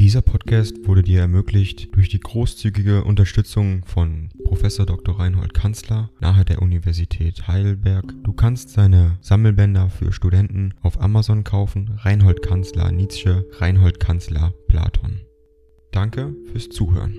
Dieser Podcast wurde dir ermöglicht durch die großzügige Unterstützung von Prof. Dr. Reinhold Kanzler nahe der Universität Heidelberg. Du kannst seine Sammelbänder für Studenten auf Amazon kaufen. Reinhold Kanzler Nietzsche, Reinhold Kanzler Platon. Danke fürs Zuhören.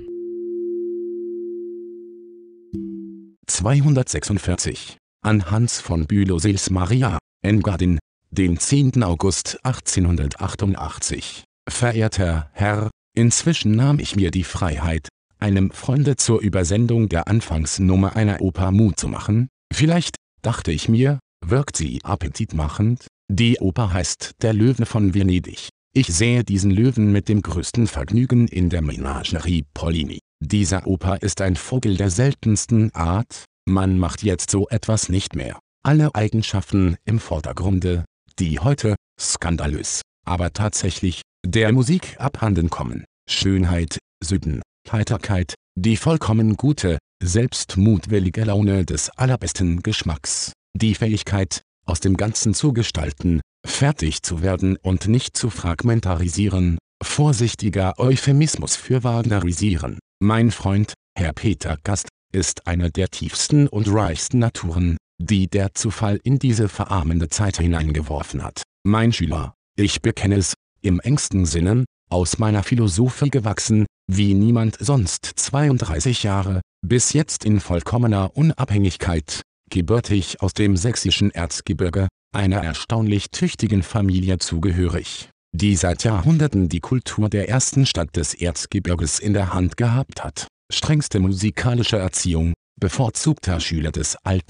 246 an Hans von Bülow Sils Maria, Engadin, den 10. August 1888. Verehrter Herr, inzwischen nahm ich mir die Freiheit, einem Freunde zur Übersendung der Anfangsnummer einer Oper Mut zu machen. Vielleicht, dachte ich mir, wirkt sie appetitmachend. Die Oper heißt Der Löwe von Venedig. Ich sähe diesen Löwen mit dem größten Vergnügen in der Menagerie Pollini. Dieser Oper ist ein Vogel der seltensten Art. Man macht jetzt so etwas nicht mehr. Alle Eigenschaften im Vordergrunde, die heute, skandalös, aber tatsächlich, der Musik abhanden kommen. Schönheit, Süden, Heiterkeit, die vollkommen gute, selbst mutwillige Laune des allerbesten Geschmacks. Die Fähigkeit, aus dem Ganzen zu gestalten, fertig zu werden und nicht zu fragmentarisieren. Vorsichtiger Euphemismus für Wagnerisieren. Mein Freund, Herr Peter Gast, ist eine der tiefsten und reichsten Naturen, die der Zufall in diese verarmende Zeit hineingeworfen hat. Mein Schüler, ich bekenne es, im engsten Sinne, aus meiner Philosophie gewachsen, wie niemand sonst 32 Jahre, bis jetzt in vollkommener Unabhängigkeit, gebürtig aus dem sächsischen Erzgebirge, einer erstaunlich tüchtigen Familie zugehörig, die seit Jahrhunderten die Kultur der ersten Stadt des Erzgebirges in der Hand gehabt hat. Strengste musikalische Erziehung, bevorzugter Schüler des Alten.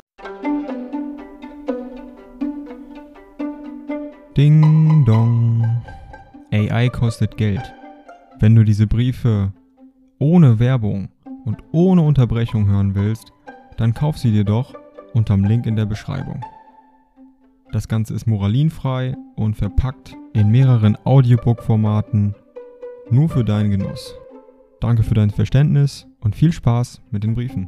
Ding dong. AI kostet Geld. Wenn du diese Briefe ohne Werbung und ohne Unterbrechung hören willst, dann kauf sie dir doch unterm Link in der Beschreibung. Das Ganze ist moralinfrei und verpackt in mehreren Audiobook-Formaten nur für deinen Genuss. Danke für dein Verständnis und viel Spaß mit den Briefen.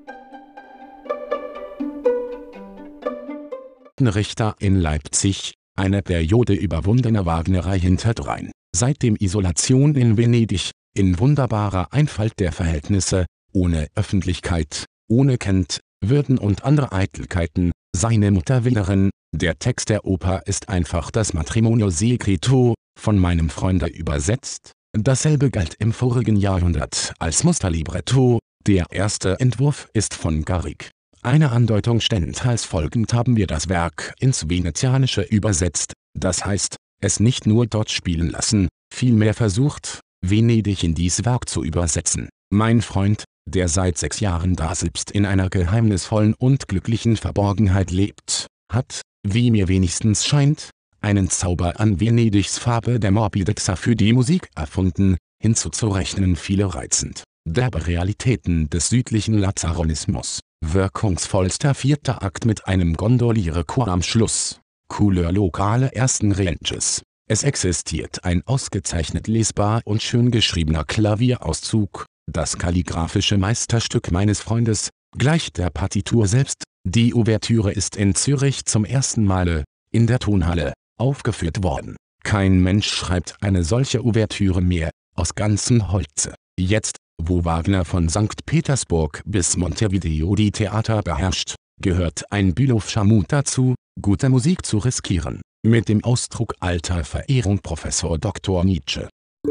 Richter in Leipzig, eine Periode überwundener Wagnerei hinterdrein. Seitdem Isolation in Venedig, in wunderbarer Einfalt der Verhältnisse, ohne Öffentlichkeit, ohne Kent, Würden und andere Eitelkeiten, seine Mutterwillerin, der Text der Oper ist einfach das Matrimonio Segreto, von meinem Freunde übersetzt. Dasselbe galt im vorigen Jahrhundert als Musterlibretto, der erste Entwurf ist von Garrick. Eine Andeutung ständ als folgend: haben wir das Werk ins Venezianische übersetzt, das heißt, es nicht nur dort spielen lassen, vielmehr versucht, Venedig in dies Werk zu übersetzen. Mein Freund, der seit 6 Jahren daselbst in einer geheimnisvollen und glücklichen Verborgenheit lebt, hat, wie mir wenigstens scheint, einen Zauber an Venedigs Farbe der Morbidexa für die Musik erfunden, hinzuzurechnen viele reizend derbe Realitäten des südlichen Lazaronismus. Wirkungsvollster 4. Akt mit einem Gondoliere-Chor am Schluss. Couleur lokale ersten Ranges. Es existiert ein ausgezeichnet lesbar und schön geschriebener Klavierauszug, das kalligraphische Meisterstück meines Freundes, gleich der Partitur selbst. Die Ouvertüre ist in Zürich zum ersten Male, in der Tonhalle, aufgeführt worden. Kein Mensch schreibt eine solche Ouvertüre mehr, aus ganzem Holze. Jetzt, wo Wagner von St. Petersburg bis Montevideo die Theater beherrscht, gehört ein Bülowscher Mut dazu, gute Musik zu riskieren. Mit dem Ausdruck alter Verehrung Professor Dr. Nietzsche.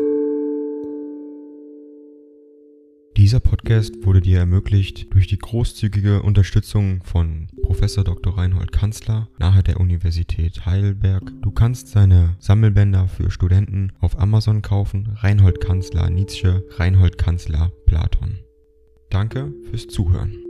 Dieser Podcast wurde dir ermöglicht durch die großzügige Unterstützung von Prof. Dr. Reinhold Kanzler nahe der Universität Heidelberg. Du kannst seine Sammelbänder für Studenten auf Amazon kaufen. Reinhold Kanzler Nietzsche, Reinhold Kanzler Platon. Danke fürs Zuhören.